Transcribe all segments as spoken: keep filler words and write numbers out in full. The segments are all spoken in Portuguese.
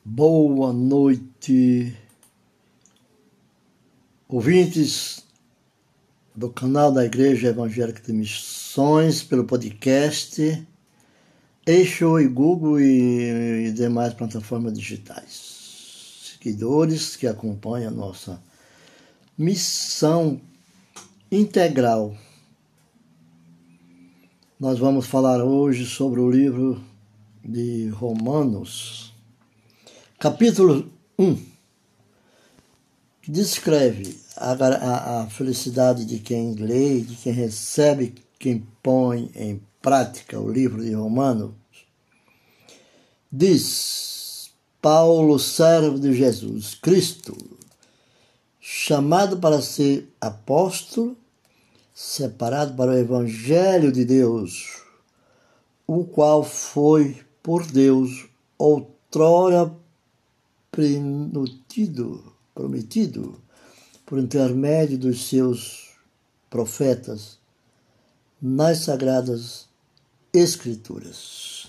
Boa noite, ouvintes do canal da Igreja Evangélica de Missões, pelo podcast, Eixo e Google e, e demais plataformas digitais. Seguidores que acompanham a nossa missão integral. Nós vamos falar hoje sobre o livro de Romanos, capítulo um, que descreve a, a, a felicidade de quem lê, de quem recebe, quem põe em prática o livro de Romanos. Diz Paulo, servo de Jesus Cristo, chamado para ser apóstolo, separado para o Evangelho de Deus, o qual foi por Deus outrora prometido, prometido por intermédio dos seus profetas nas Sagradas Escrituras.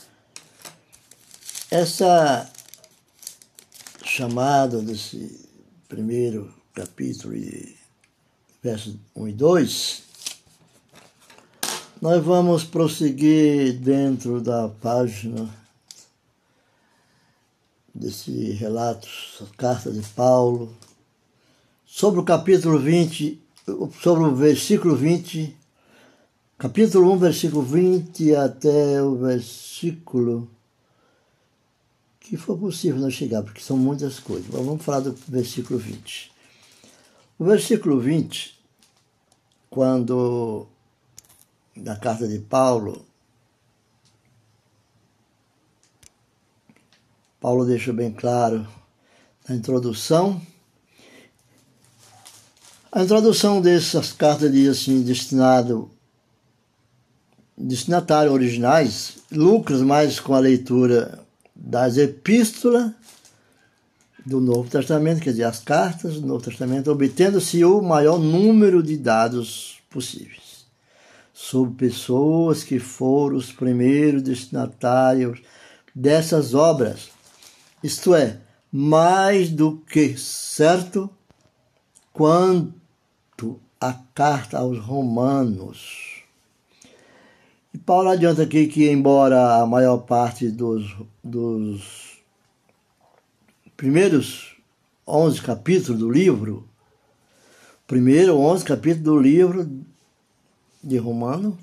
Essa chamada desse primeiro capítulo, versos um e dois, nós vamos prosseguir dentro da página desse relato, carta de Paulo, sobre o capítulo vinte, sobre o versículo vinte, capítulo um, versículo vinte até o versículo que for possível nós chegar, porque são muitas coisas. Mas vamos falar do versículo vinte. O versículo vinte, quando na carta de Paulo, Paulo deixa bem claro na introdução. A introdução dessas cartas diz assim, destinado, destinatário originais, lucros mais com a leitura das epístolas do Novo Testamento, quer dizer, as cartas do Novo Testamento, obtendo-se o maior número de dados possíveis sobre pessoas que foram os primeiros destinatários dessas obras. Isto é, mais do que certo quanto a carta aos Romanos. E Paulo adianta aqui que, embora a maior parte dos, dos primeiros onze capítulos do livro, primeiro onze capítulos do livro de Romanos,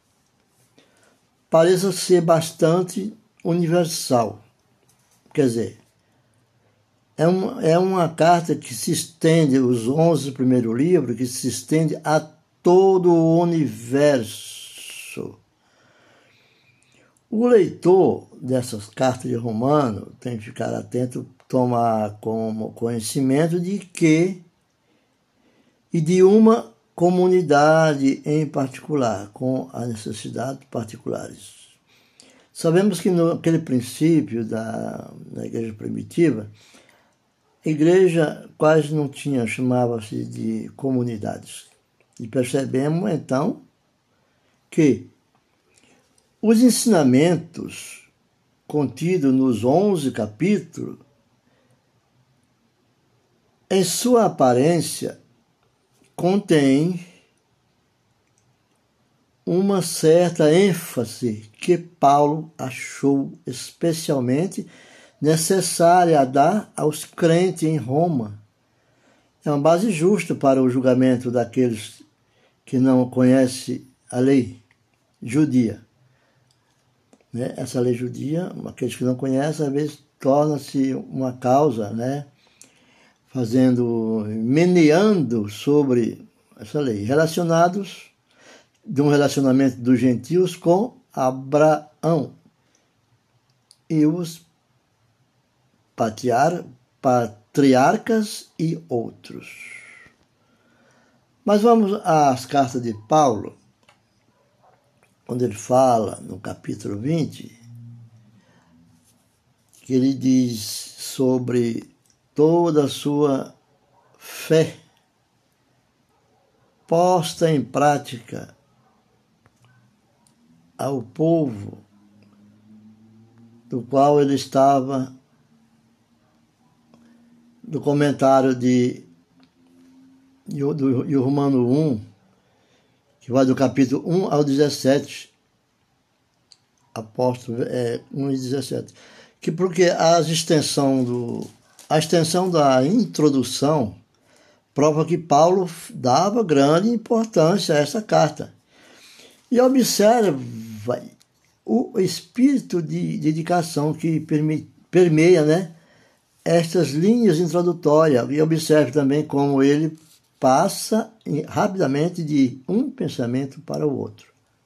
pareça ser bastante universal. Quer dizer, é uma, é uma carta que se estende, os onze primeiros livros, que se estende a todo o universo. O leitor dessas cartas de Romanos tem que ficar atento, tomar como conhecimento de que e de uma comunidade em particular, com as necessidades particulares. Sabemos que naquele princípio da, da igreja primitiva, a igreja quase não tinha, chamava-se de comunidades. E percebemos, então, que os ensinamentos contidos nos onze capítulos, em sua aparência, contêm uma certa ênfase que Paulo achou especialmente necessária a dar aos crentes em Roma. É uma base justa para o julgamento daqueles que não conhecem a lei judia. Né? Essa lei judia, aqueles que não conhecem, às vezes torna-se uma causa, né? Fazendo, meneando sobre essa lei, relacionados de um relacionamento dos gentios com Abraão e os patriarcas e outros. Mas vamos às cartas de Paulo, onde ele fala, no capítulo vinte, que ele diz sobre toda a sua fé posta em prática ao povo do qual ele estava do comentário de, de, do, de Romano um, que vai do capítulo um ao dezessete, apóstolo é, um e dezessete, que porque a extensão, do, a extensão da introdução prova que Paulo dava grande importância a essa carta. E observa o espírito de dedicação que permeia, né, estas linhas introdutórias, e observe também como ele passa rapidamente de um pensamento para o outro.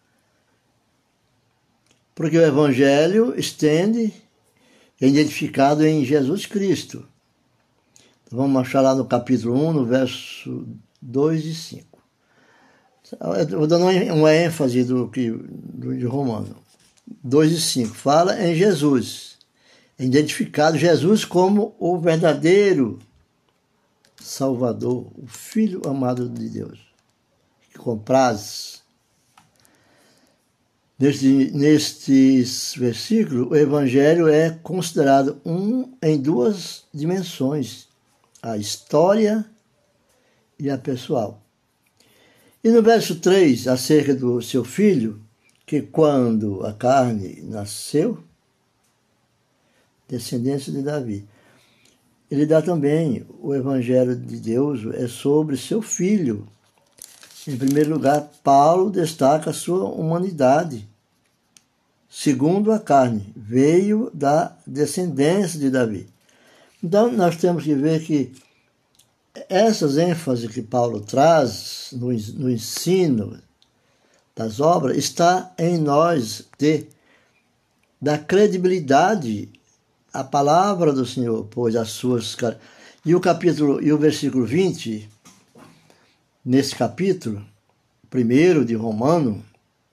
Porque o Evangelho estende, é identificado em Jesus Cristo. Então, vamos achar lá no capítulo um, no verso dois e cinco. Eu vou dando uma ênfase do, do, de Romano. dois e cinco. Fala em Jesus. É identificado Jesus como o verdadeiro Salvador, o Filho amado de Deus, que compraz. Neste, nestes versículos, o Evangelho é considerado um em duas dimensões, a história e a pessoal. E no verso três, acerca do seu filho, que quando a carne nasceu, descendência de Davi, ele dá também o Evangelho de Deus é sobre seu filho. Em primeiro lugar, Paulo destaca a sua humanidade. Segundo a carne, veio da descendência de Davi. Então, nós temos que ver que essas ênfases que Paulo traz no, no ensino das obras está em nós de dar credibilidade à palavra do Senhor, pois as suas... E o capítulo, e o versículo vinte, nesse capítulo, primeiro de Romano,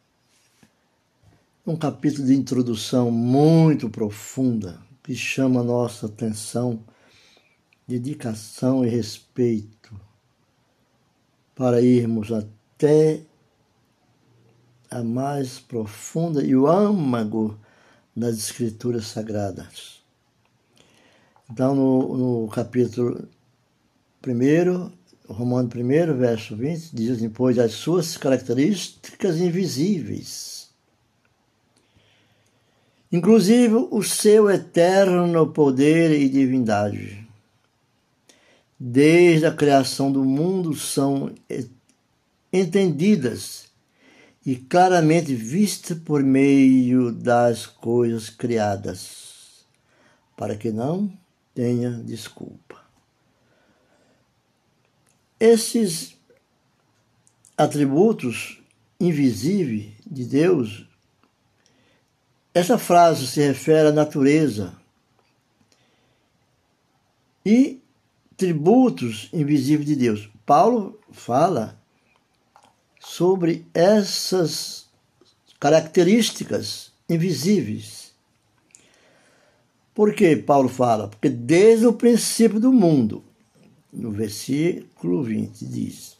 um capítulo de introdução muito profunda, que chama a nossa atenção, dedicação e respeito, para irmos até a mais profunda e o âmago das Escrituras Sagradas. Então, no, no capítulo primeiro, Romano um, verso vinte, diz assim, pois as suas características invisíveis, inclusive o seu eterno poder e divindade, desde a criação do mundo são entendidas e claramente vistas por meio das coisas criadas, para que não tenha desculpa. Esses atributos invisíveis de Deus, essa frase se refere à natureza e tributos invisíveis de Deus. Paulo fala sobre essas características invisíveis. Por que Paulo fala? Porque desde o princípio do mundo, no versículo vinte, diz,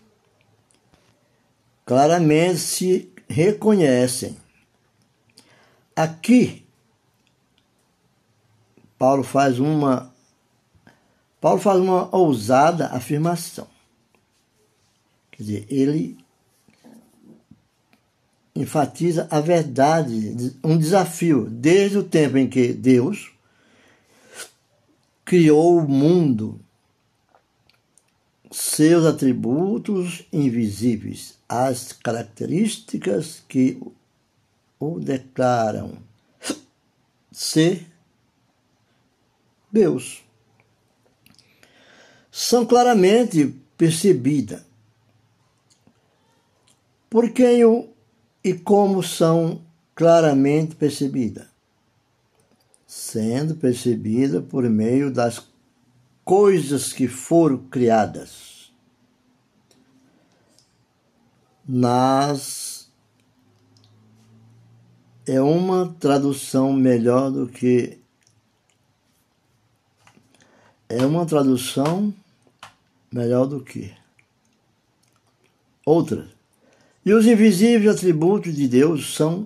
claramente se reconhecem. Aqui, Paulo faz uma, Paulo faz uma ousada afirmação. Quer dizer, ele enfatiza a verdade, um desafio, desde o tempo em que Deus criou o mundo, seus atributos invisíveis, as características que o declaram ser Deus, são claramente percebidas por quem o e como são claramente percebidas, sendo percebida por meio das coisas que foram criadas. Nas é uma tradução melhor do que é uma tradução melhor do que outra. E os invisíveis atributos de Deus são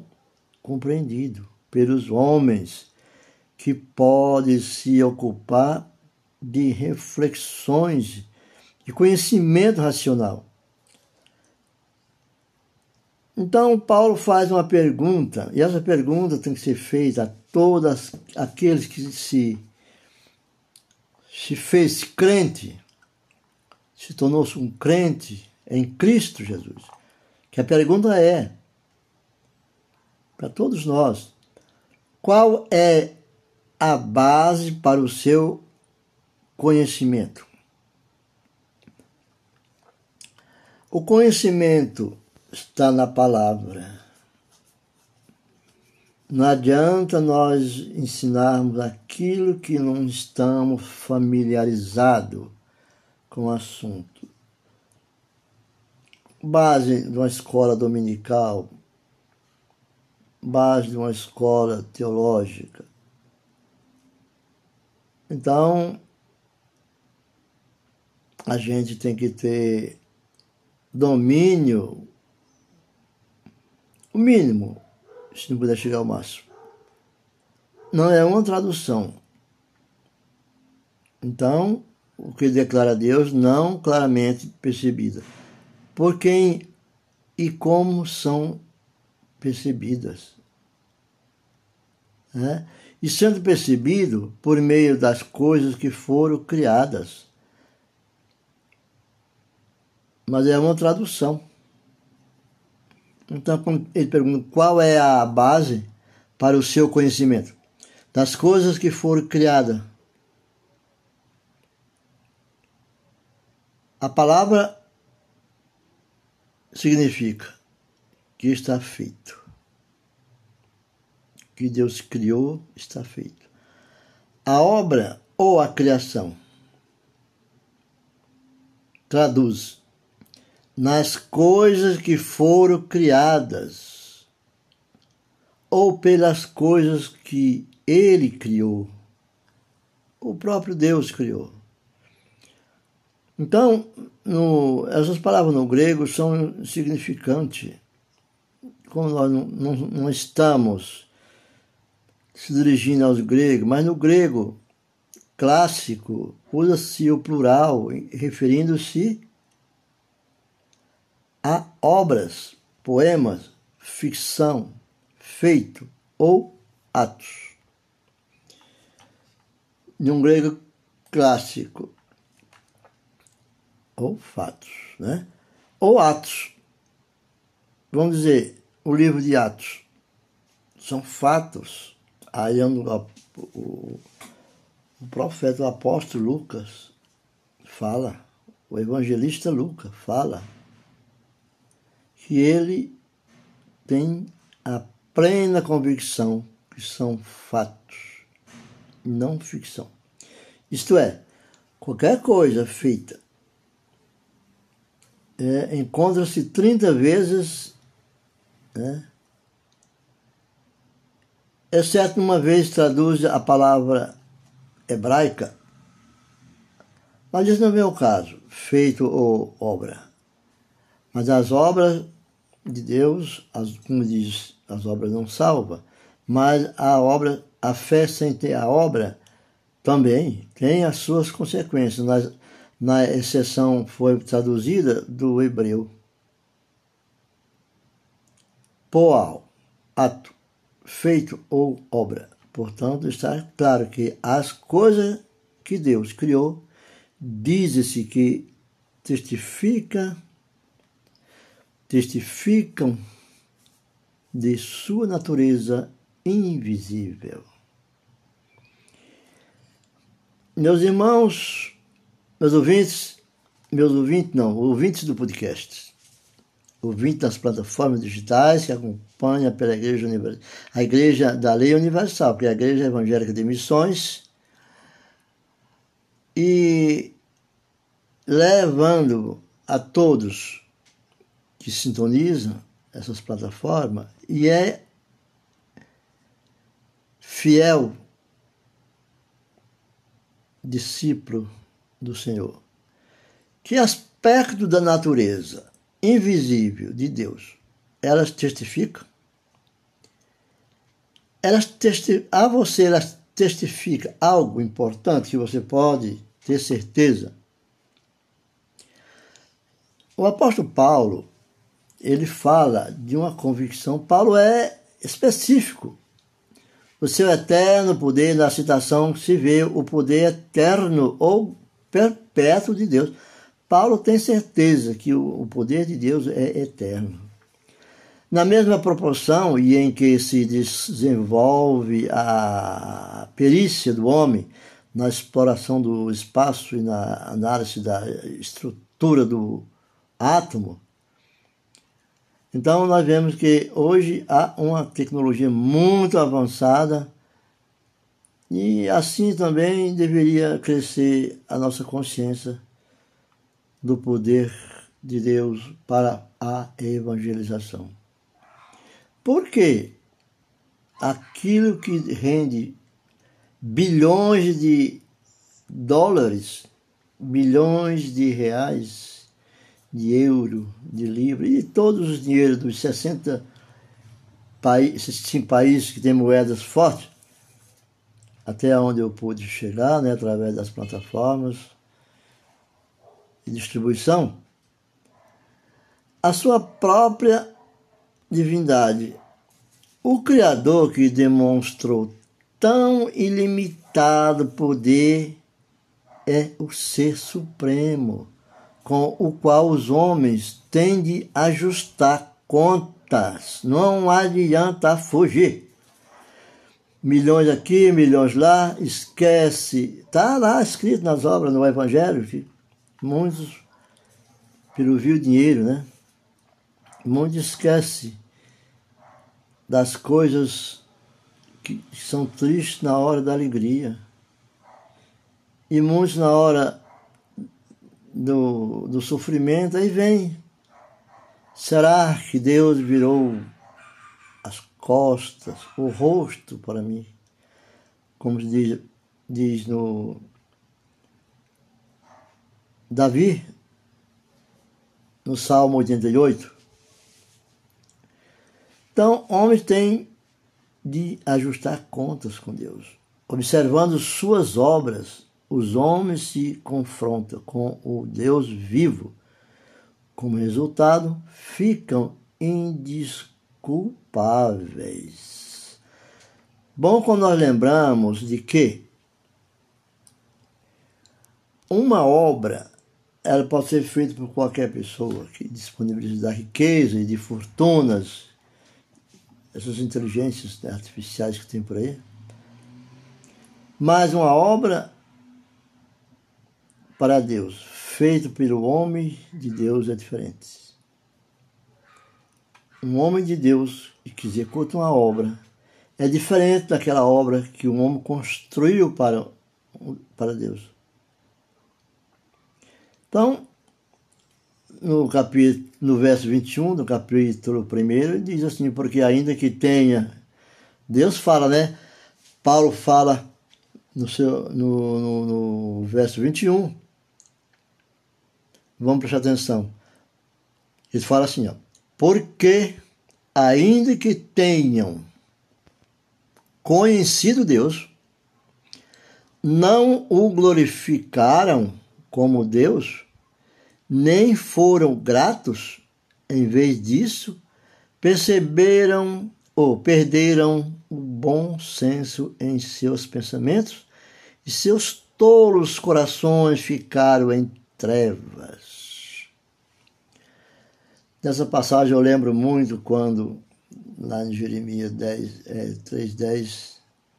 compreendidos pelos homens que podem se ocupar de reflexões, de conhecimento racional. Então, Paulo faz uma pergunta, e essa pergunta tem que ser feita a todos aqueles que se, se fez crente, se tornou-se um crente em Cristo Jesus. Que a pergunta é, para todos nós, qual é a base para o seu conhecimento? O conhecimento está na palavra. Não adianta nós ensinarmos aquilo que não estamos familiarizados com o assunto. Base de uma escola dominical, base de uma escola teológica. Então, a gente tem que ter domínio, o mínimo, se não puder chegar ao máximo. Não é uma tradução. Então, o que declara Deus não claramente percebida. Por quem e como são percebidas. Né? E sendo percebido por meio das coisas que foram criadas. Mas é uma tradução. Então, ele pergunta qual é a base para o seu conhecimento das coisas que foram criadas. A palavra significa que está feito. Que Deus criou está feito. A obra ou a criação traduz nas coisas que foram criadas ou pelas coisas que Ele criou. O próprio Deus criou. Então, no, essas palavras no grego são significantes. Como nós não, não, não estamos se dirigindo aos gregos, mas no grego clássico usa-se o plural, referindo-se a obras, poemas, ficção, feito ou atos. Num grego clássico, ou fatos, né? Ou atos. Vamos dizer, o livro de Atos são fatos. Aí o, o, o profeta, o apóstolo Lucas fala, o evangelista Lucas fala que ele tem a plena convicção que são fatos, não ficção. Isto é, qualquer coisa feita é, encontra-se trinta vezes, né? Exceto uma vez traduz a palavra hebraica, mas isso não é o meu caso, feito ou obra. Mas as obras de Deus, as, como diz, as obras não salvam, mas a obra, a fé sem ter a obra também tem as suas consequências. Na, na exceção foi traduzida do hebreu. Poal, ato, feito ou obra. Portanto, está claro que as coisas que Deus criou, diz-se que testifica, testificam de sua natureza invisível. Meus irmãos, meus ouvintes, meus ouvintes não, ouvintes do podcast, ouvintes das plataformas digitais que acompanham pela igreja, a Igreja da Lei Universal, que é a Igreja Evangélica de Missões, e levando a todos que sintonizam essas plataformas e é fiel discípulo do Senhor. Que aspecto da natureza invisível de Deus elas testificam? Elas testi- a você elas testificam algo importante que você pode ter certeza. O apóstolo Paulo, ele fala de uma convicção. Paulo é específico. O seu eterno poder, na citação se vê o poder eterno ou perpétuo de Deus. Paulo tem certeza que o poder de Deus é eterno. Na mesma proporção e em que se desenvolve a perícia do homem na exploração do espaço e na análise da estrutura do átomo, então nós vemos que hoje há uma tecnologia muito avançada e assim também deveria crescer a nossa consciência do poder de Deus para a evangelização. Porque aquilo que rende bilhões de dólares, bilhões de reais, de euro, de libra, e todos os dinheiros dos sessenta países, cinco países que têm moedas fortes, até onde eu pude chegar, né, através das plataformas de distribuição, a sua própria divindade. O Criador que demonstrou tão ilimitado poder é o Ser Supremo, com o qual os homens têm de ajustar contas. Não adianta fugir. Milhões aqui, milhões lá, esquece. Está lá escrito nas obras, no Evangelho, que muitos, pelo vil dinheiro, né? Muitos esquecem das coisas que são tristes na hora da alegria. E muitos na hora Do, do sofrimento, aí vem. Será que Deus virou as costas, o rosto para mim? Como diz, diz no Davi, no Salmo oitenta e oito. Então, homens têm de ajustar contas com Deus. Observando suas obras, os homens se confrontam com o Deus vivo. Como resultado, ficam indesculpáveis. Bom quando nós lembramos de que uma obra ela pode ser feita por qualquer pessoa que disponibiliza riqueza e de fortunas, essas inteligências artificiais que tem por aí. Mas uma obra para Deus, feito pelo homem de Deus, é diferente. Um homem de Deus que executa uma obra é diferente daquela obra que um homem construiu para, para Deus. Então, no capítulo, no verso vinte e um do capítulo primeiro, diz assim: porque ainda que tenha, Deus fala, né? Paulo fala no, seu, no, no, no verso vinte e um, vamos prestar atenção. Ele fala assim, ó: porque ainda que tenham conhecido Deus, não o glorificaram como Deus, nem foram gratos. Em vez disso, perceberam ou perderam o bom senso em seus pensamentos e seus tolos corações ficaram em trevas. Nessa passagem eu lembro muito quando, lá em Jeremias dez, é, três, dez,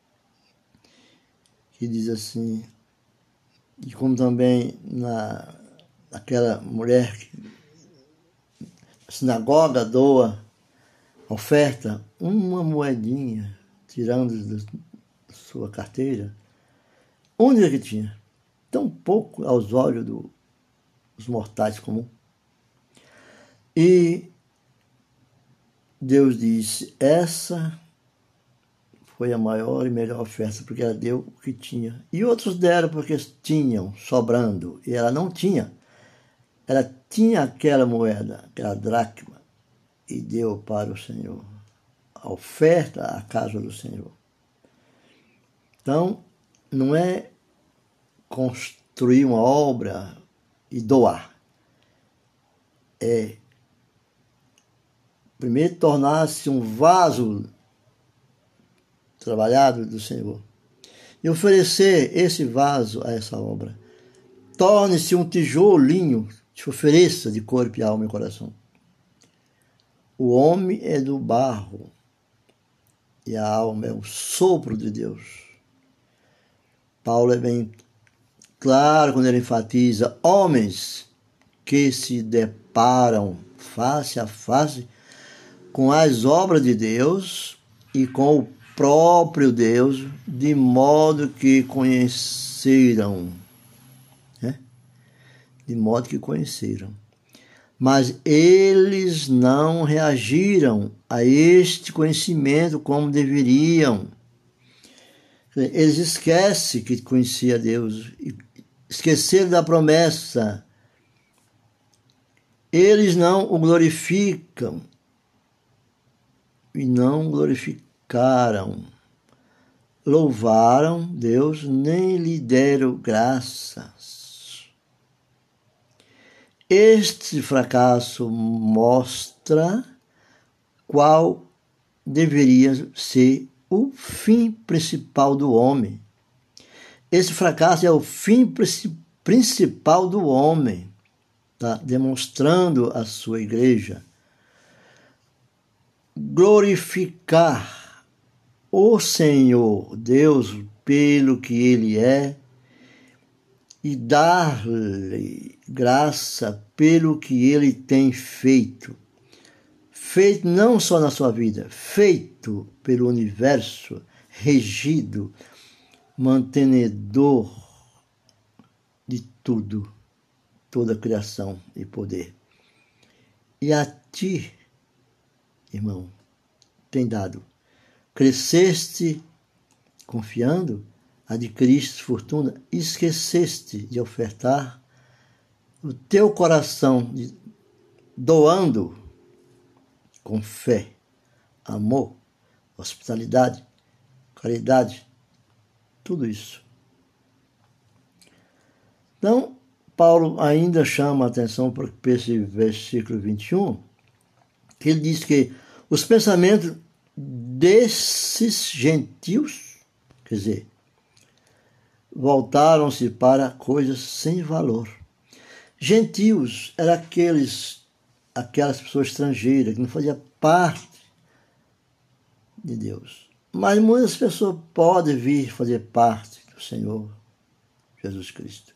que diz assim, e como também na, naquela mulher que a sinagoga doa oferta uma moedinha, tirando da sua carteira, onde é que tinha? Tão pouco aos olhos do, dos mortais comuns. E Deus disse: essa foi a maior e melhor oferta, porque ela deu o que tinha. E outros deram porque tinham, sobrando, e ela não tinha. Ela tinha aquela moeda, aquela dracma, e deu para o Senhor. A oferta à casa do Senhor. Então, não é construir uma obra e doar. É primeiro tornar-se um vaso trabalhado do Senhor e oferecer esse vaso a essa obra. Torne-se um tijolinho, te ofereça de corpo e alma e coração. O homem é do barro e a alma é o sopro de Deus. Paulo é bem claro quando ele enfatiza: homens que se deparam face a face com as obras de Deus e com o próprio Deus, de modo que conheceram, né? De modo que conheceram. Mas eles não reagiram a este conhecimento como deveriam. Eles esquecem que conhecia Deus, esqueceram da promessa. Eles não o glorificam e não glorificaram. Louvaram Deus, nem lhe deram graças. Este fracasso mostra qual deveria ser o fim principal do homem. Esse fracasso é o fim principal do homem, tá? Demonstrando a sua igreja. Glorificar o Senhor Deus pelo que Ele é e dar-lhe graça pelo que Ele tem feito. Feito não só na sua vida, feito pelo universo, regido, mantenedor de tudo, toda a criação e poder. E a ti, irmão, tem dado. Cresceste confiando, adquiriste fortuna, esqueceste de ofertar o teu coração, doando com fé, amor, hospitalidade, caridade, tudo isso. Então, Paulo ainda chama a atenção para esse versículo vinte e um, que ele diz que os pensamentos desses gentios, quer dizer, voltaram-se para coisas sem valor. Gentios eram aqueles, aquelas pessoas estrangeiras que não faziam parte de Deus. Mas muitas pessoas podem vir fazer parte do Senhor Jesus Cristo.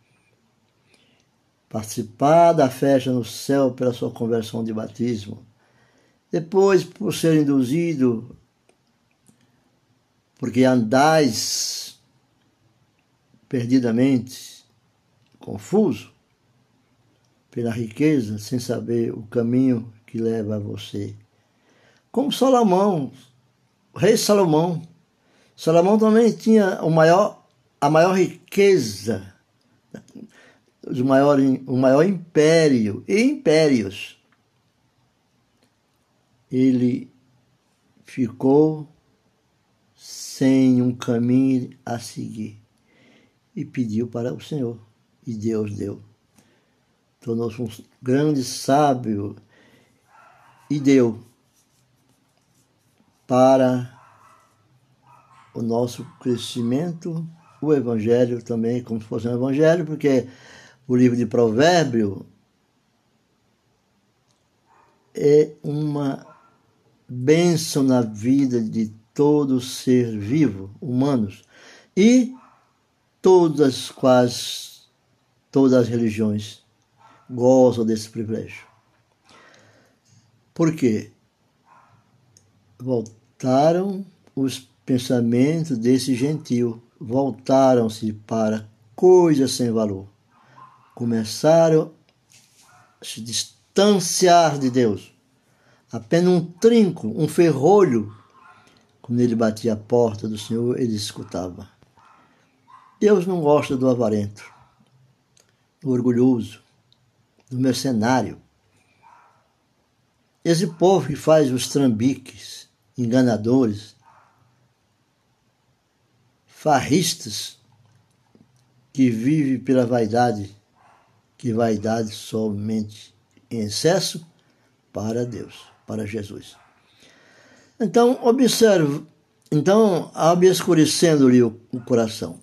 Participar da festa no céu pela sua conversão de batismo. Depois, por ser induzido, porque andais perdidamente, confuso, pela riqueza, sem saber o caminho que leva a você. Como Salomão, o rei Salomão. Salomão também tinha o maior, a maior riqueza, o maior, o maior império e impérios. Ele ficou sem um caminho a seguir e pediu para o Senhor, e Deus deu. Tornou-se um grande sábio e deu para o nosso crescimento o Evangelho também, como se fosse um Evangelho, porque o livro de Provérbios é uma bênção na vida de todo ser vivo, humanos, e todas quase todas as religiões gozam desse privilégio. Por quê? Voltaram os pensamentos desse gentio, voltaram-se para coisas sem valor. Começaram a se distanciar de Deus. Apenas um trinco, um ferrolho, quando ele batia a porta do Senhor, ele escutava. Deus não gosta do avarento, do orgulhoso, do mercenário. Esse povo que faz os trambiques, enganadores, farristas, que vive pela vaidade, que vaidade somente em excesso para Deus, para Jesus. Então, observe, então, obscurecendo-lhe o, o coração,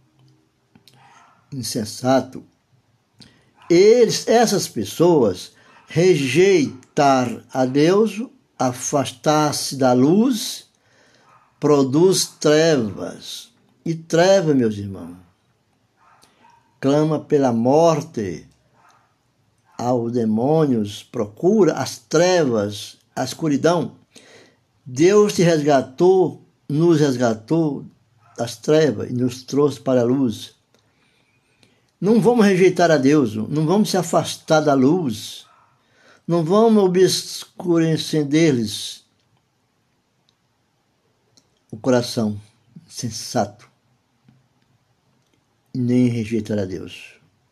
insensato, eles, essas pessoas, rejeitar a Deus, afastar-se da luz, produz trevas. E treva, meus irmãos, clama pela morte aos demônios, procura as trevas, a escuridão. Deus te resgatou, nos resgatou das trevas e nos trouxe para a luz. Não vamos rejeitar a Deus, não vamos se afastar da luz, não vamos obscurecer deles o coração sensato, nem rejeitar a Deus.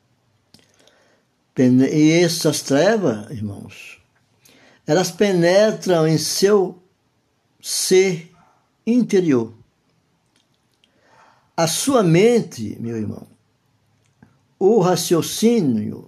E essas trevas, irmãos, elas penetram em seu ser interior. A sua mente, meu irmão, o raciocínio,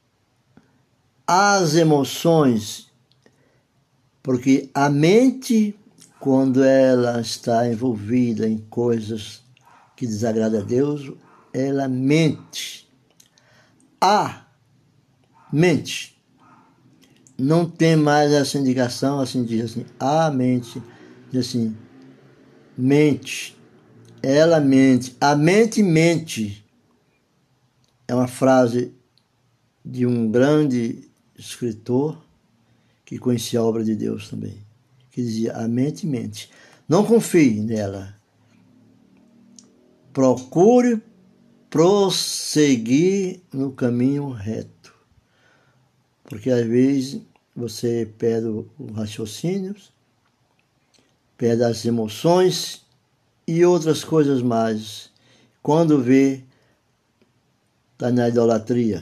as emoções, porque a mente, quando ela está envolvida em coisas que desagradam a Deus, ela mente. A mente não tem mais essa indicação, assim diz assim, a mente, diz assim, mente, ela mente, a mente mente. É uma frase de um grande escritor que conhecia a obra de Deus também, que dizia, a mente mente. Não confie nela. Procure prosseguir no caminho reto. Porque às vezes você perde os raciocínios, perde as emoções e outras coisas mais. Quando vê, está na idolatria.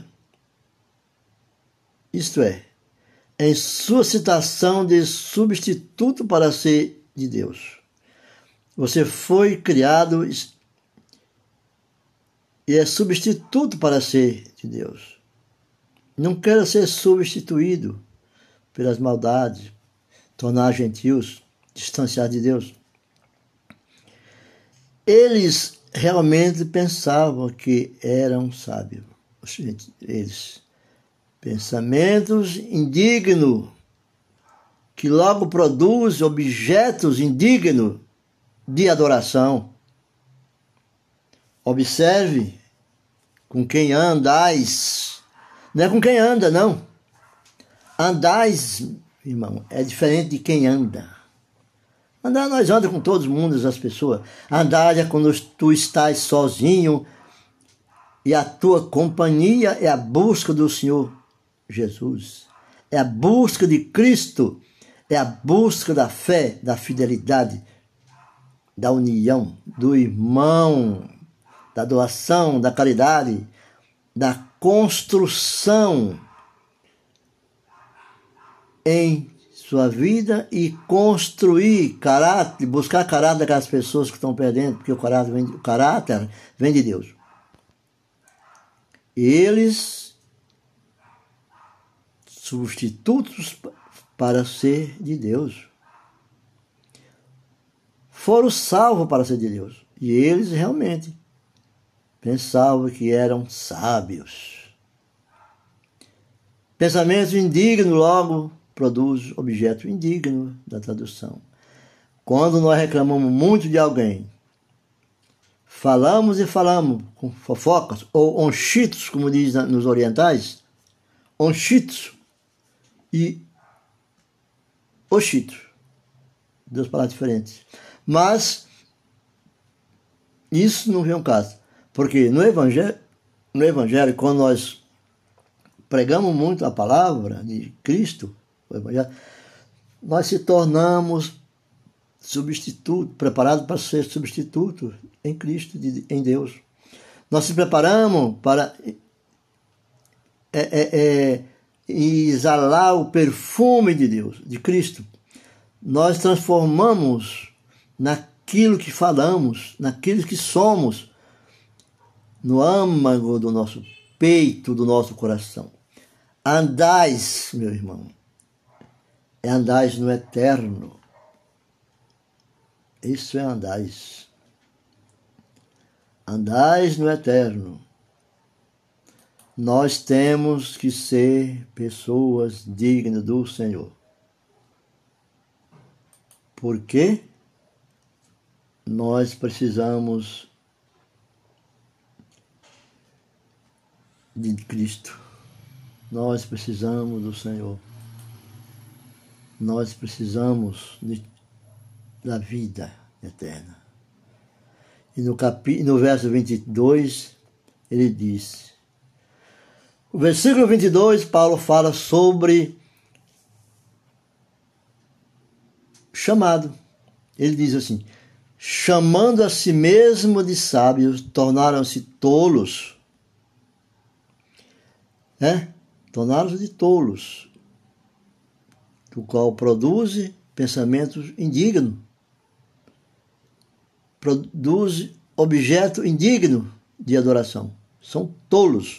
Isto é, em sua citação de substituto para ser de Deus. Você foi criado e é substituto para ser de Deus. Não queira ser substituído pelas maldades, tornar gentios, distanciar de Deus. Eles realmente pensavam que eram sábios. Eles, pensamentos indignos, que logo produzem objetos indignos de adoração. Observe com quem andais. Não é com quem anda, não. Andais, irmão, é diferente de quem anda. Andar, nós andamos com todo mundo, as pessoas. Andar é quando tu estás sozinho e a tua companhia é a busca do Senhor Jesus. É a busca de Cristo. É a busca da fé, da fidelidade, da união, do irmão, da doação, da caridade, da construção em sua vida e construir caráter, buscar caráter daquelas pessoas que estão perdendo, porque o caráter vem, o caráter vem de Deus. Eles, substitutos para ser de Deus, foram salvos para ser de Deus. E eles realmente pensavam que eram sábios. Pensamento indigno logo produz objeto indigno da tradução. Quando nós reclamamos muito de alguém, falamos e falamos com fofocas, ou onchitos, como diz nos orientais, onchitos e ochitos, duas palavras diferentes. Mas isso não vem ao caso, porque no Evangelho, no Evangelho, quando nós pregamos muito a palavra de Cristo, o Evangelho, nós se tornamos substituto, preparados para ser substituto em Cristo, em Deus. Nós se preparamos para é, é, é, exalar o perfume de Deus, de Cristo. Nós transformamos naquilo que falamos, naquilo que somos, no âmago do nosso peito, do nosso coração. Andais, meu irmão, é andais no eterno. Isso é andais. Andais no eterno. Nós temos que ser pessoas dignas do Senhor. Porque nós precisamos de Cristo. Nós precisamos do Senhor. Nós precisamos de, da vida eterna. E no, capi, no verso vinte e dois, ele diz... O versículo vinte e dois, Paulo fala sobre chamado. Ele diz assim, chamando a si mesmo de sábios, tornaram-se tolos. É? Tornaram-se de tolos, do qual produz pensamentos indignos, produz objeto indigno de adoração. São tolos.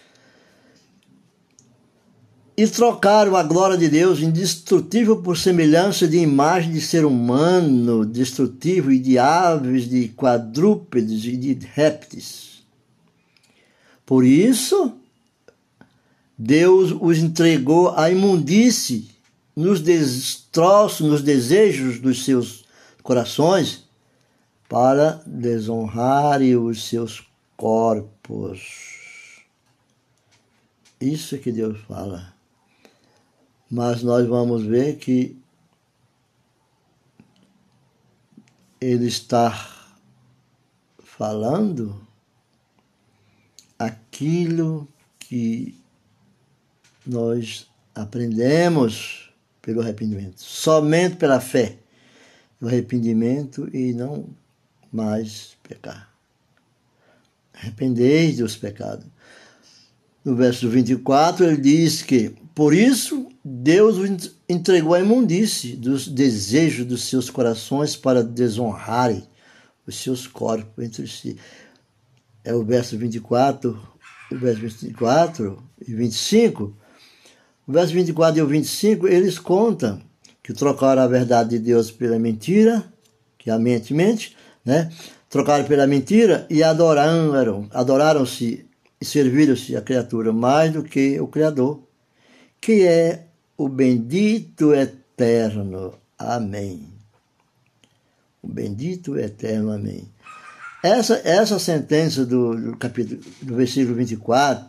E trocaram a glória de Deus indestrutível por semelhança de imagem de ser humano, destrutivo, e de aves, de quadrúpedes e de répteis. Por isso, Deus os entregou à imundície, nos destroços, nos desejos dos seus corações, para desonrarem os seus corpos. Isso é que Deus fala. Mas nós vamos ver que ele está falando aquilo que nós aprendemos pelo arrependimento, somente pela fé, o arrependimento e não mais pecar. Arrependei dos pecados. No verso vinte e quatro, ele diz que, por isso, Deus os entregou à imundície dos desejos dos seus corações para desonrarem os seus corpos entre si. É o verso vinte e quatro, o verso vinte e quatro e vinte e cinco. O verso vinte e quatro e o vinte e cinco, eles contam que trocaram a verdade de Deus pela mentira, que a mente mente, né? Trocaram pela mentira e adoraram, adoraram-se e serviram-se a criatura mais do que o Criador, que é o bendito eterno. Amém. O bendito eterno. Amém. Essa, essa sentença do, do capítulo, do versículo vinte e quatro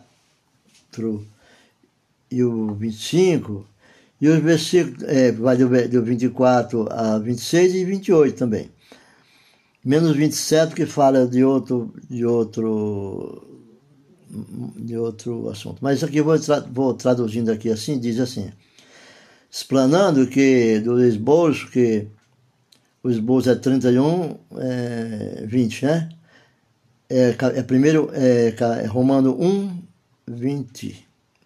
e o vinte e cinco, e os versículos, é, vai do, do vinte e quatro a vinte e seis e vinte e oito também. Menos vinte e sete, que fala de outro, de outro, de outro assunto. Mas isso aqui eu vou, tra vou traduzindo aqui assim, diz assim, explanando que do esboço, que o esboço é trinta e um, é, vinte, né? É, é primeiro, é, é Romano um, vinte.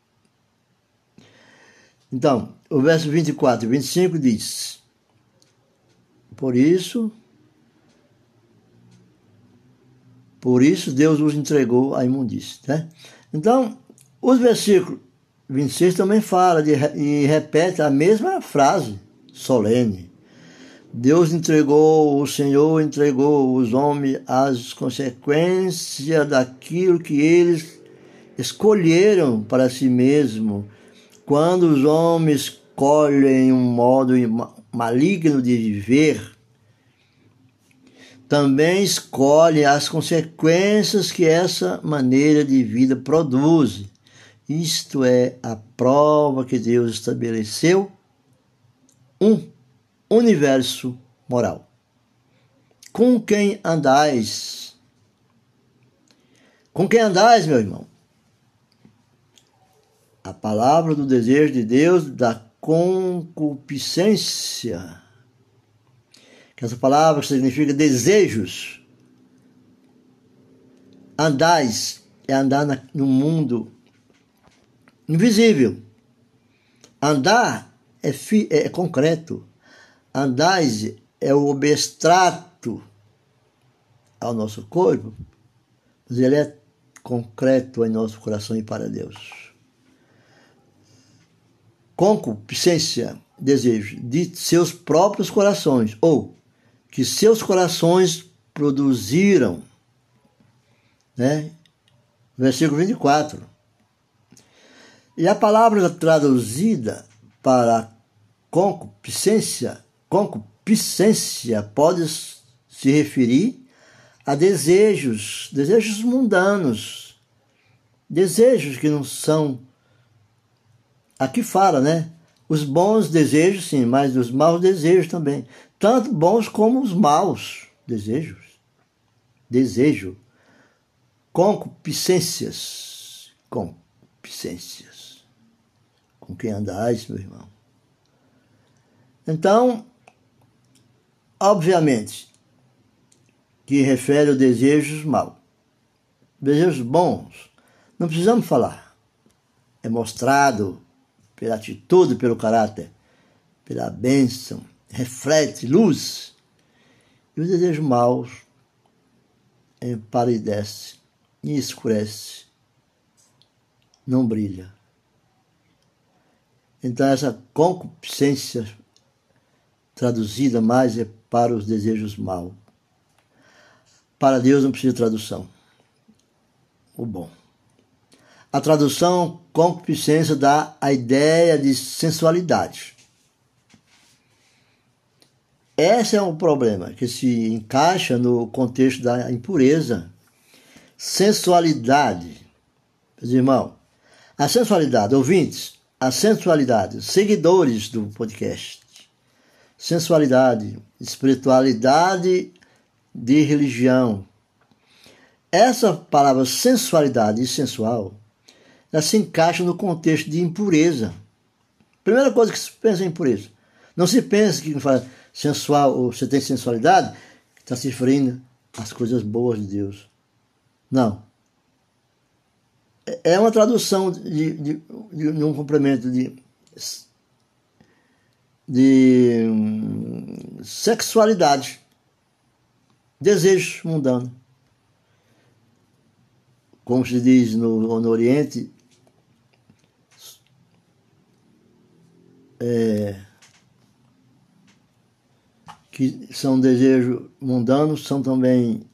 Então, o verso vinte e quatro e vinte e cinco diz, por isso, por isso Deus os entregou à imundície, né? Então, os versículos vinte e seis também fala de, e repete a mesma frase solene. Deus entregou, o Senhor entregou os homens às consequências daquilo que eles escolheram para si mesmo. Quando os homens escolhem um modo maligno de viver, também escolhem as consequências que essa maneira de vida produz. Isto é a prova que Deus estabeleceu um universo moral. Com quem andais? Com quem andais, meu irmão? A palavra do desejo de Deus, da concupiscência, que essa palavra significa desejos. Andais é andar na, no mundo invisível. Andar é, fi, é concreto. Andais é o abstrato ao nosso corpo, mas ele é concreto em nosso coração e para Deus. Concupiscência, desejo de seus próprios corações, ou que seus corações produziram, né? Versículo vinte e quatro. E a palavra traduzida para concupiscência, concupiscência pode se referir a desejos, desejos mundanos, desejos que não são, aqui fala, né? Os bons desejos, sim, mas os maus desejos também. Tanto bons como os maus desejos. Desejo. Concupiscências. Concupiscências. Com quem andais, meu irmão? Então, obviamente, que refere aos desejos maus. Desejos bons, não precisamos falar. É mostrado pela atitude, pelo caráter, pela bênção, reflete luz. E os desejos maus empalidece e escurece, não brilha. Então essa concupiscência traduzida mais é para os desejos maus. Para Deus não precisa de tradução. O bom. A tradução concupiscência dá a ideia de sensualidade. Esse é um problema que se encaixa no contexto da impureza. Sensualidade. Meus irmãos, a sensualidade, ouvintes, a sensualidade, seguidores do podcast, sensualidade, espiritualidade de religião. Essa palavra sensualidade e sensual, ela se encaixa no contexto de impureza. Primeira coisa que se pensa em impureza. Não se pensa que fala sensual ou você tem sensualidade, que está se referindo às coisas boas de Deus. Não. É uma tradução de, de, de, de um complemento de, de hum, sexualidade, desejo mundano. Como se diz no, no Oriente, é, que são desejos mundanos, são também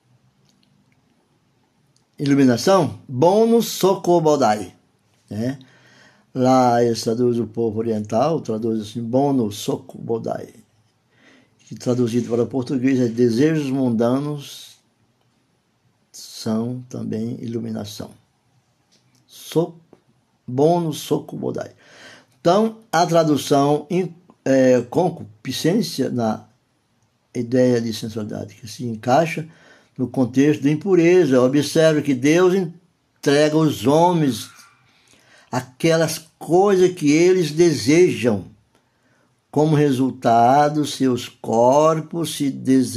iluminação, bônus socobodai, né? Lá eles traduzem, o povo oriental traduz assim, bônus socobodai, que traduzido para o português é desejos mundanos são também iluminação. So, bônus socobodai. Então, a tradução é, concupiscência na ideia de sensualidade, que se encaixa no contexto de impureza. Observe que Deus entrega aos homens aquelas coisas que eles desejam. Como resultado, seus corpos se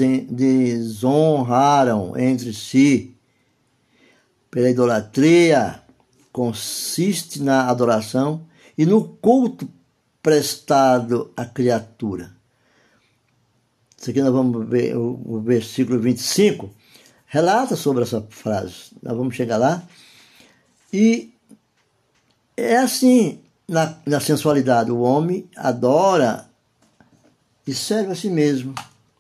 desonraram entre si. Pela idolatria, consiste na adoração e no culto prestado à criatura. Isso aqui nós vamos ver o versículo vinte e cinco. Relata sobre essa frase. Nós vamos chegar lá. E é assim, na, na sensualidade, o homem adora e serve a si mesmo.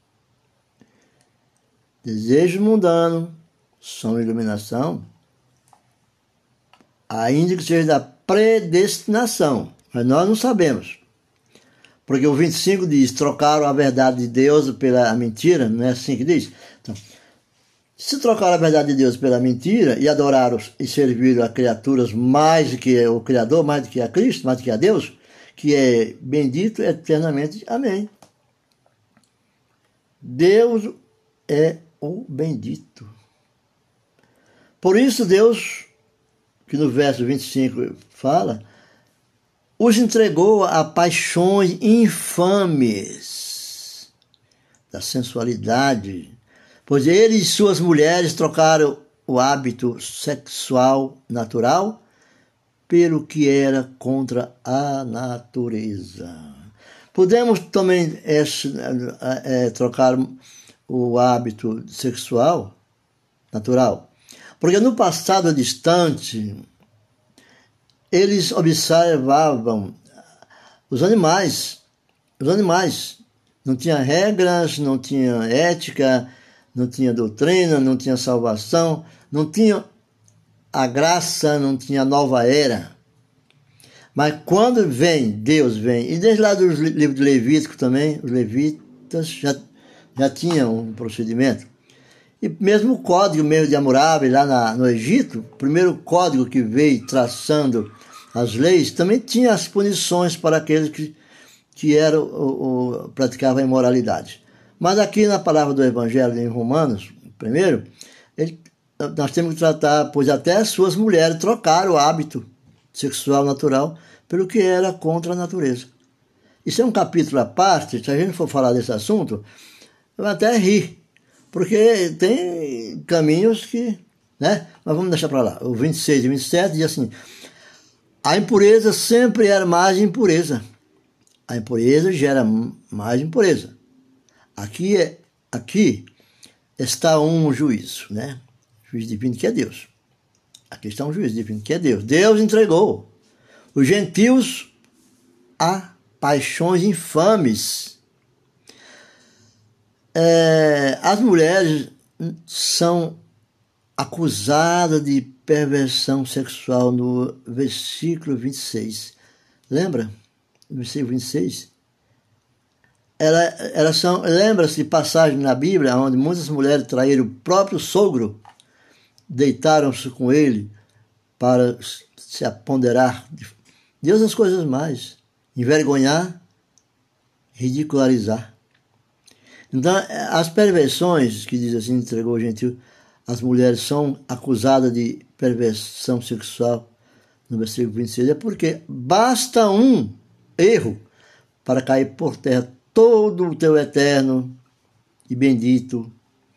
Desejo mundano são iluminação, ainda que seja da predestinação. Mas nós não sabemos. Porque o vinte e cinco diz, trocaram a verdade de Deus pela mentira, não é assim que diz? Então, se trocaram a verdade de Deus pela mentira e adoraram e serviram a criaturas mais do que o Criador, mais do que a Cristo, mais do que a Deus, que é bendito eternamente. Amém. Deus é o bendito. Por isso Deus, que no verso vinte e cinco fala, os entregou a paixões infames da sensualidade, pois ele e suas mulheres trocaram o hábito sexual natural pelo que era contra a natureza. Podemos também é, é, trocar o hábito sexual natural, Porque no passado distante, eles observavam os animais, os animais. Não tinha regras, não tinha ética, não tinha doutrina, não tinha salvação, não tinha a graça, não tinha a nova era. Mas quando vem, Deus vem, e desde lá do livro de Levítico também, os levitas já, já tinham um procedimento. E mesmo o código mesmo de Hammurabi lá na, no Egito, o primeiro código que veio traçando as leis, também tinha as punições para aqueles que, que eram, o, o, praticavam a imoralidade. Mas aqui na palavra do Evangelho em Romanos, primeiro, ele, nós temos que tratar, pois até as suas mulheres trocaram o hábito sexual natural pelo que era contra a natureza. Isso é um capítulo à parte. Se a gente for falar desse assunto, eu até rir, porque tem caminhos que, né? Mas vamos deixar para lá. O vinte e seis e vinte e sete diz assim: a impureza sempre era mais impureza. A impureza gera mais impureza. Aqui, é, aqui está um juízo, né? Juiz divino que é Deus. Aqui está um juiz divino que é Deus. Deus entregou os gentios a paixões infames. É, as mulheres são acusadas de perversão sexual no versículo vinte e seis. Lembra? No versículo vinte e seis. Ela, elas são, lembra-se de passagem na Bíblia onde muitas mulheres traíram o próprio sogro, deitaram-se com ele para se apoderar de Deus as coisas mais, envergonhar, ridicularizar. Então, as perversões, que diz assim, entregou o gentio, as mulheres são acusadas de perversão sexual no versículo vinte e seis, é porque basta um erro para cair por terra todo o teu eterno e bendito,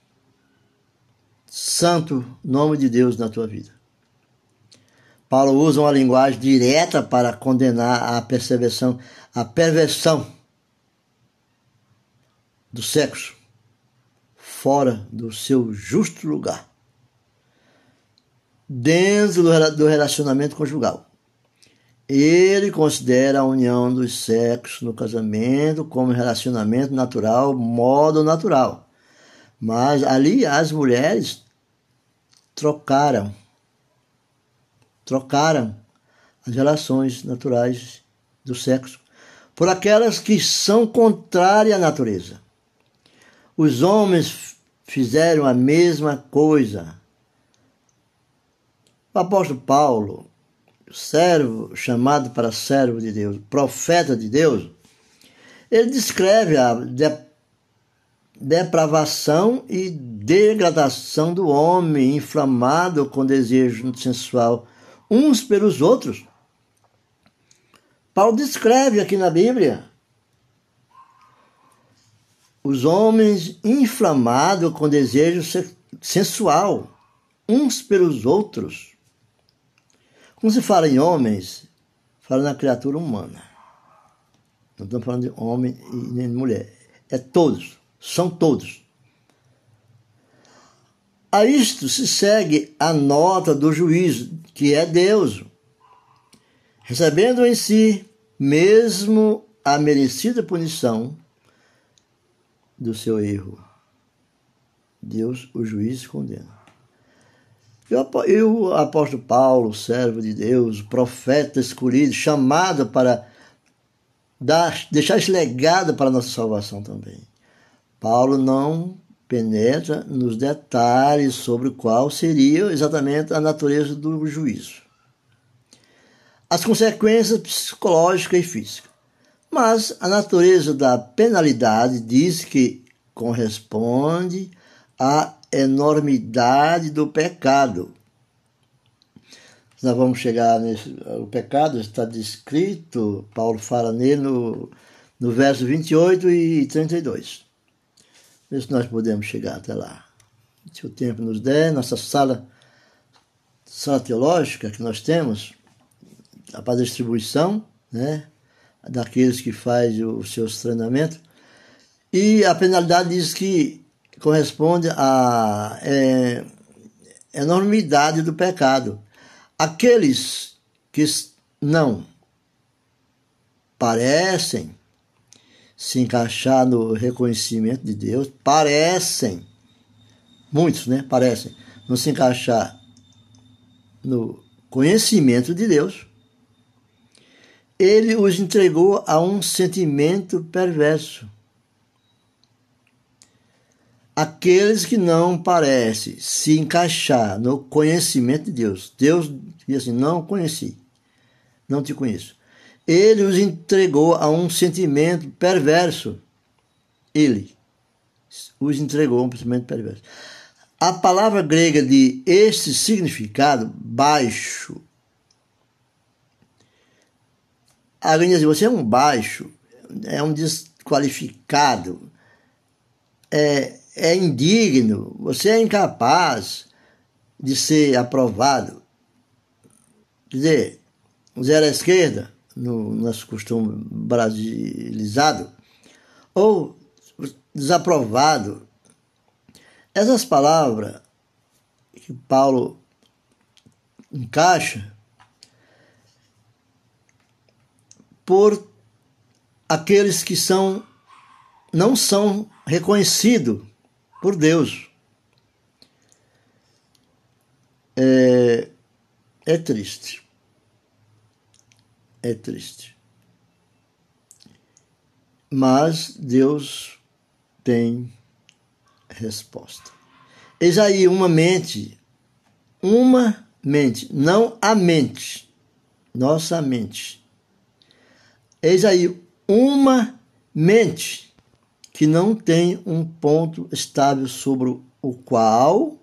santo nome de Deus na tua vida. Paulo usa uma linguagem direta para condenar a perversão, a perversão do sexo fora do seu justo lugar, dentro do relacionamento conjugal. Ele considera a união dos sexos no casamento como relacionamento natural, modo natural. Mas ali as mulheres trocaram, trocaram as relações naturais do sexo por aquelas que são contrárias à natureza. Os homens fizeram a mesma coisa. O apóstolo Paulo, servo, chamado para servo de Deus, profeta de Deus, ele descreve a depravação e degradação do homem inflamado com desejo sensual uns pelos outros. Paulo descreve aqui na Bíblia os homens inflamados com desejo sensual uns pelos outros. Quando se fala em homens, fala na criatura humana. Não estamos falando de homem e nem de mulher. É todos, são todos. A isto se segue a nota do juízo, que é Deus, recebendo em si mesmo a merecida punição do seu erro. Deus, o juiz, condena. E o apóstolo Paulo, servo de Deus, profeta escolhido, chamado para dar, deixar esse legado para a nossa salvação também. Paulo não penetra nos detalhes sobre qual seria exatamente a natureza do juízo, as consequências psicológicas e físicas. Mas a natureza da penalidade diz que corresponde à enormidade do pecado. Nós vamos chegar nesse... O pecado está descrito, Paulo fala nele no, no verso vinte e oito e trinta e dois. Vê se nós podemos chegar até lá. Se o tempo nos der, nossa sala, sala teológica que nós temos, para a distribuição, né, daqueles que fazem os seus treinamentos. E a penalidade diz que corresponde à é, enormidade do pecado. Aqueles que não parecem se encaixar no reconhecimento de Deus, parecem, muitos, né, parecem não se encaixar no conhecimento de Deus, ele os entregou a um sentimento perverso. Aqueles que não parecem se encaixar no conhecimento de Deus, Deus diz assim, não conheci, não te conheço. Ele os entregou a um sentimento perverso. Ele os entregou a um sentimento perverso. A palavra grega de este significado, baixo, alguém diz assim, você é um baixo, é um desqualificado, é, é indigno, você é incapaz de ser aprovado. Quer dizer, zero à esquerda, no nosso costume brasilizado, ou desaprovado. Essas palavras que Paulo encaixa por aqueles que são, não são reconhecidos por Deus. É, é triste. É triste. Mas Deus tem resposta. Eis aí uma mente, uma mente, não a mente, nossa mente. Eis aí uma mente que não tem um ponto estável sobre o qual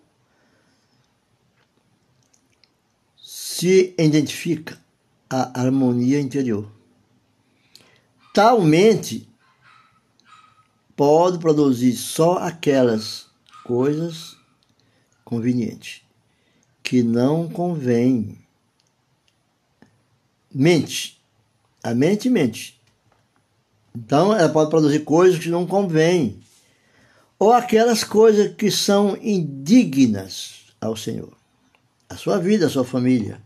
se identifica a harmonia interior. Tal mente pode produzir só aquelas coisas convenientes que não convém. Mente. A mente mente. Então, ela pode produzir coisas que não convêm. Ou aquelas coisas que são indignas ao Senhor. A sua vida, a sua família.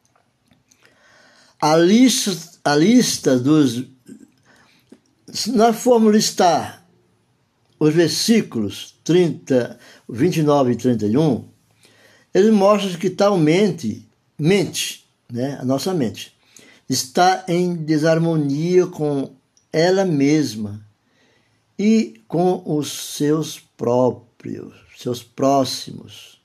A lista, a lista dos... Se nós formos listar os versículos trinta, vinte e nove e trinta e um, eles mostram que tal mente, mente, né, a nossa mente, está em desarmonia com ela mesma e com os seus próprios, seus próximos.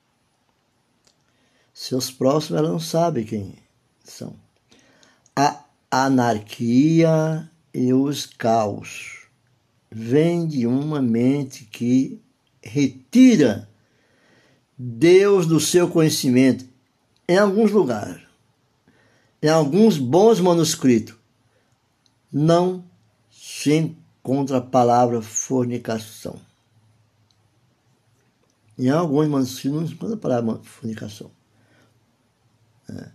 Seus próximos, ela não sabe quem são. A anarquia e os caos vêm de uma mente que retira Deus do seu conhecimento. Em alguns lugares, em alguns bons manuscritos, não se encontra a palavra fornicação. Em alguns manuscritos não se encontra a palavra fornicação. É.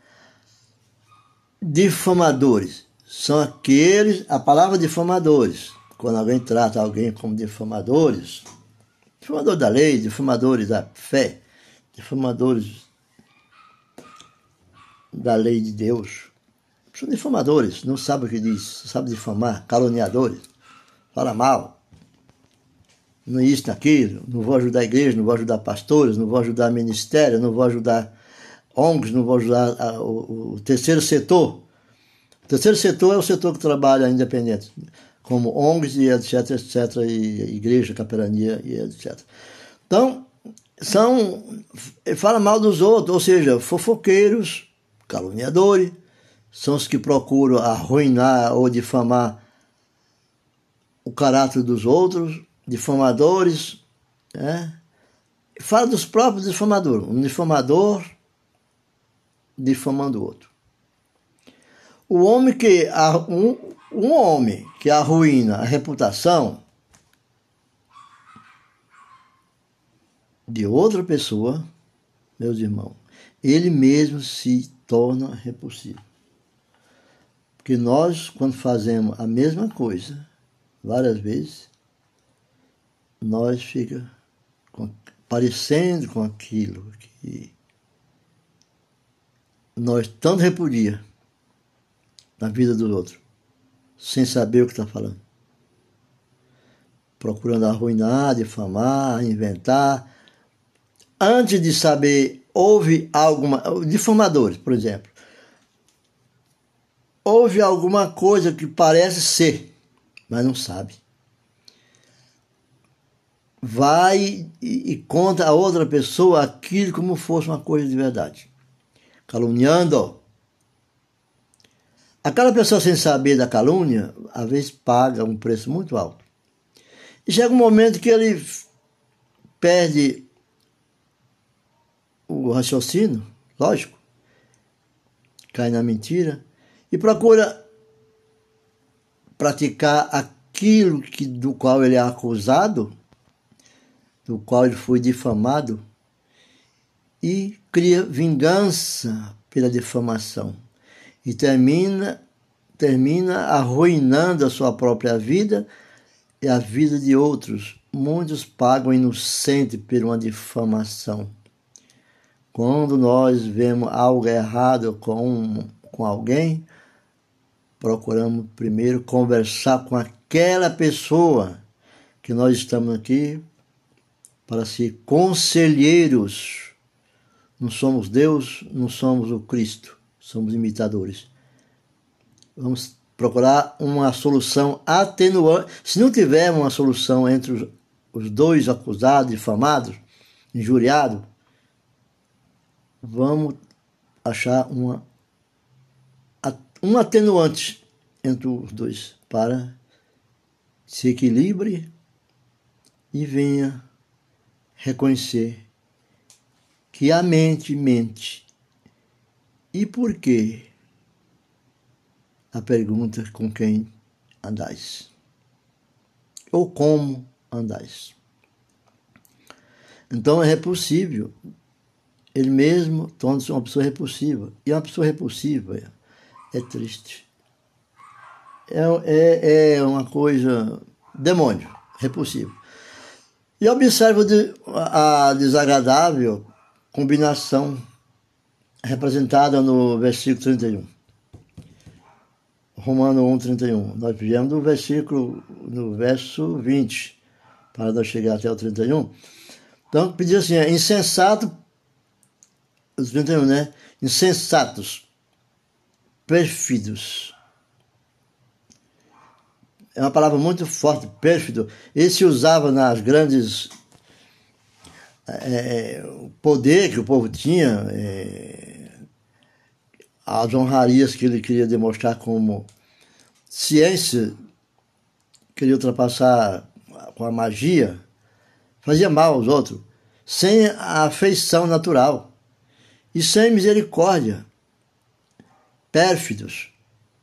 Difamadores são aqueles, a palavra difamadores, quando alguém trata alguém como difamadores, difamador da lei, difamadores da fé, difamadores da lei de Deus, são difamadores, não sabem o que diz, sabem difamar, caluniadores, fala mal, não isso, naquilo, não vou ajudar a igreja, não vou ajudar pastores, não vou ajudar ministério, não vou ajudar O N Gs, não vou ajudar a, o, o terceiro setor. O terceiro setor é o setor que trabalha independente, como O N Gs e etc, etc, e igreja, capelania e etcétera. Então, são, fala mal dos outros, ou seja, fofoqueiros, caluniadores, são os que procuram arruinar ou difamar o caráter dos outros, difamadores, né? Fala dos próprios difamadores, um difamador difamando o outro. O homem que um, um homem que arruína a reputação de outra pessoa, meus irmãos, ele mesmo se torna repulsivo. Porque nós, quando fazemos a mesma coisa várias vezes, nós fica com parecendo com aquilo que nós tanto repudia na vida dos outros, sem saber o que está falando. Procurando arruinar, difamar, inventar. Antes de saber, houve alguma... Difamadores, por exemplo. Houve alguma coisa que parece ser, mas não sabe. Vai e, e conta a outra pessoa aquilo como fosse uma coisa de verdade. Caluniando. Aquela pessoa sem saber da calúnia, às vezes paga um preço muito alto. E chega um momento que ele perde o raciocínio, lógico, cai na mentira e procura praticar aquilo que, do qual ele é acusado, do qual ele foi difamado, e cria vingança pela difamação e termina, termina arruinando a sua própria vida e a vida de outros. Muitos pagam inocente por uma difamação. Quando nós vemos algo errado com, com alguém, procuramos primeiro conversar com aquela pessoa que nós estamos aqui para ser conselheiros. Não somos Deus, não somos o Cristo, somos imitadores. Vamos procurar uma solução atenuante. Se não tiver uma solução entre os, os dois acusados, difamados, injuriados, vamos achar uma, um atenuante entre os dois para se equilibre e venha reconhecer que a mente mente. E por quê? A pergunta: com quem andais? Ou como andais? Então é repulsivo. Ele mesmo torna-se uma pessoa repulsiva. E uma pessoa repulsiva é triste. É, é, é uma coisa... demônio, repulsivo. E observa a desagradável combinação representada no versículo trinta e um. Romano um, trinta e um. Nós viemos do versículo, no verso vinte, para nós chegar até o trinta e um. Então, pedir assim, é insensato, trinta e um, né? Insensatos, pérfidos. É uma palavra muito forte, pérfido. Ele se usava nas grandes... É, o poder que o povo tinha, é, as honrarias que ele queria demonstrar como ciência, queria ultrapassar com a magia, fazia mal aos outros, sem a afeição natural e sem misericórdia, pérfidos.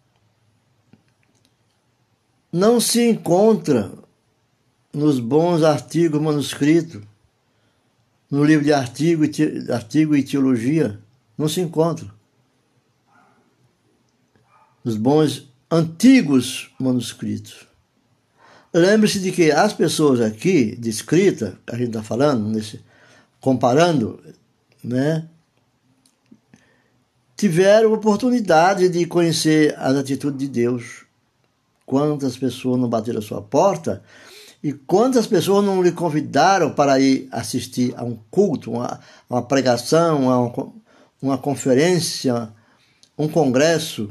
Não se encontra nos bons artigos manuscritos, no livro de artigo e, te, artigo e teologia, não se encontra. Nos bons antigos manuscritos. Lembre-se de que as pessoas aqui, de escrita, que a gente está falando, nesse, comparando, né, tiveram oportunidade de conhecer as atitudes de Deus. Quantas pessoas não bateram a sua porta e quantas pessoas não lhe convidaram para ir assistir a um culto, uma, uma pregação, uma, uma conferência, um congresso,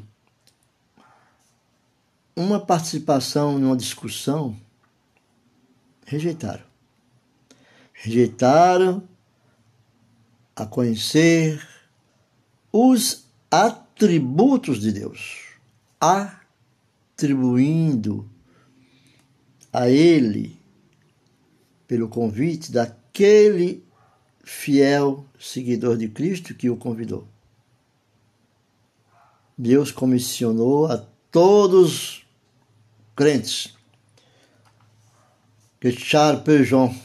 uma participação numa discussão? Rejeitaram. Rejeitaram a conhecer os atributos de Deus, atribuindo a ele, pelo convite daquele fiel seguidor de Cristo que o convidou. Deus comissionou a todos crentes. Que Charles Spurgeon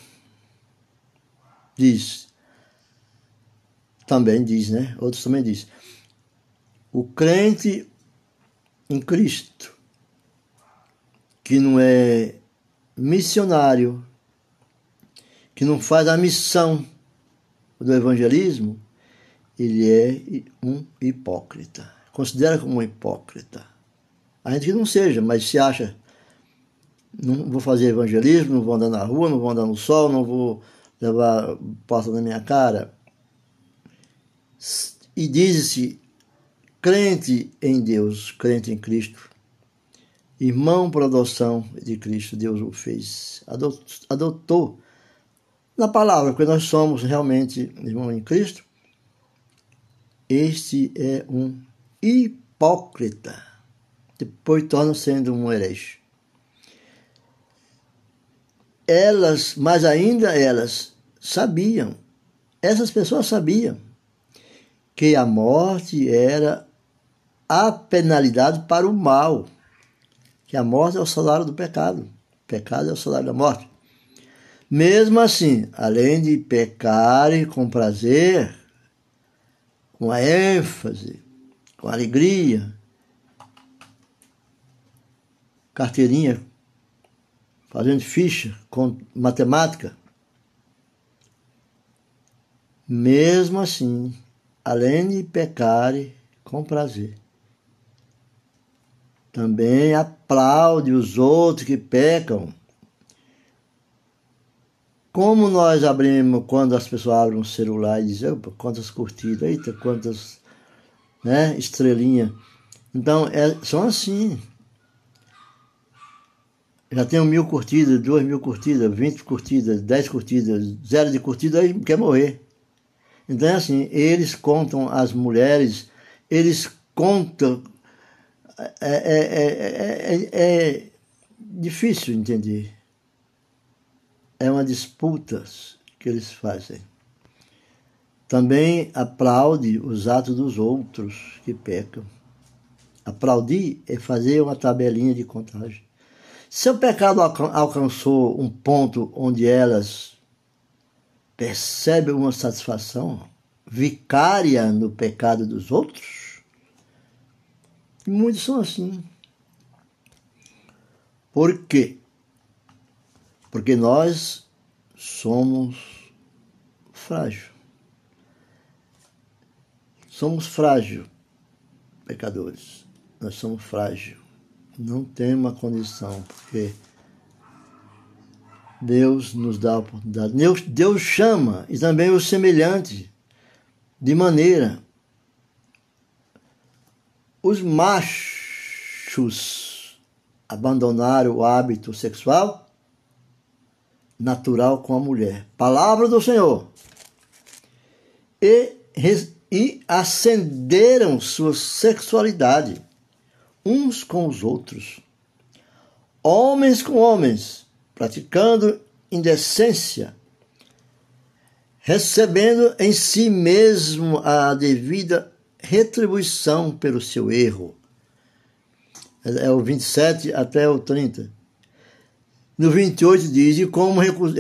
diz, também diz, né? Outros também diz, o crente em Cristo, que não é missionário, que não faz a missão do evangelismo, ele é um hipócrita. Considera como um hipócrita. A gente que não seja, mas se acha, não vou fazer evangelismo, não vou andar na rua, não vou andar no sol, não vou levar porta na minha cara. E diz-se crente em Deus, crente em Cristo, irmão por adoção de Cristo, Deus o fez, adotou na palavra, porque nós somos realmente irmão em Cristo. Este é um hipócrita, depois torna sendo um herege. Elas, mas ainda elas sabiam, essas pessoas sabiam que a morte era a penalidade para o mal, que a morte é o salário do pecado, o pecado é o salário da morte. Mesmo assim, além de pecarem com prazer, com a ênfase, com alegria, carteirinha, fazendo ficha com matemática, mesmo assim, além de pecarem com prazer, também aplaude os outros que pecam. Como nós abrimos, quando as pessoas abrem um celular e dizem, opa, quantas curtidas, eita, quantas, né, estrelinhas. Então, é, são assim. Já tenho mil curtidas, duas mil curtidas, vinte curtidas, dez curtidas, zero de curtida, aí quer morrer. Então é assim, eles contam as mulheres, eles contam, é, é, é, é, é difícil entender. É uma disputa que eles fazem. Também aplaude os atos dos outros que pecam. Aplaudir é fazer uma tabelinha de contagem. Seu pecado alcançou um ponto onde elas percebem uma satisfação vicária no pecado dos outros? E muitos são assim. Por quê? Porque nós somos frágeis. Somos frágeis, pecadores. Nós somos frágeis. Não tem uma condição, porque Deus nos dá a oportunidade. Deus, Deus chama, e também o semelhante, de maneira. Os machos abandonaram o hábito sexual natural com a mulher. Palavra do Senhor. E, e acenderam sua sexualidade uns com os outros. Homens com homens, praticando indecência, recebendo em si mesmo a devida retribuição pelo seu erro. É o vinte e sete até o trinta. No vinte e oito diz, e como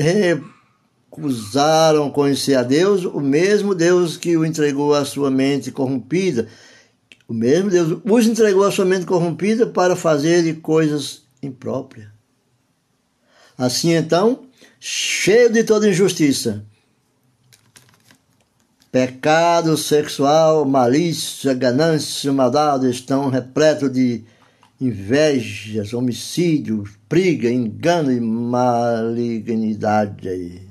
recusaram conhecer a Deus, o mesmo Deus que o entregou à sua mente corrompida, o mesmo Deus os entregou à sua mente corrompida para fazer coisas impróprias. Assim então, cheio de toda injustiça, pecado sexual, malícia, ganância, maldade, estão repletos de invejas, homicídios, briga, engano e malignidade.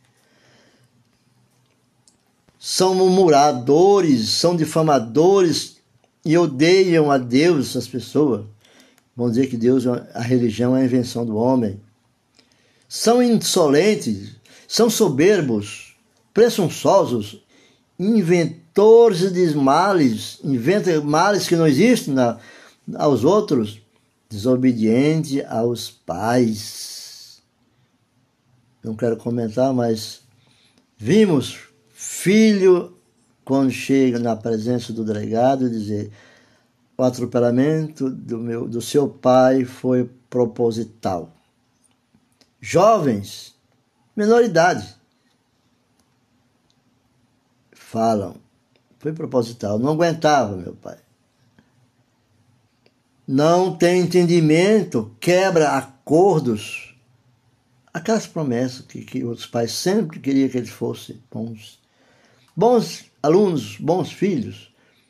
São murmuradores, são difamadores e odeiam a Deus, essas pessoas. Vão dizer que Deus, a religião é a invenção do homem. São insolentes, são soberbos, presunçosos, inventores de males, inventam males que não existem na aos outros, desobediente aos pais. Não quero comentar, mas vimos filho, quando chega na presença do delegado, dizer: o atropelamento do, meu, do seu pai foi proposital. Jovens, menor idade, falam: foi proposital, não aguentava meu pai. Não tem entendimento, quebra acordos. aquelas promessas que, que outros pais sempre queriam que eles fossem bons. Bons alunos, bons filhos,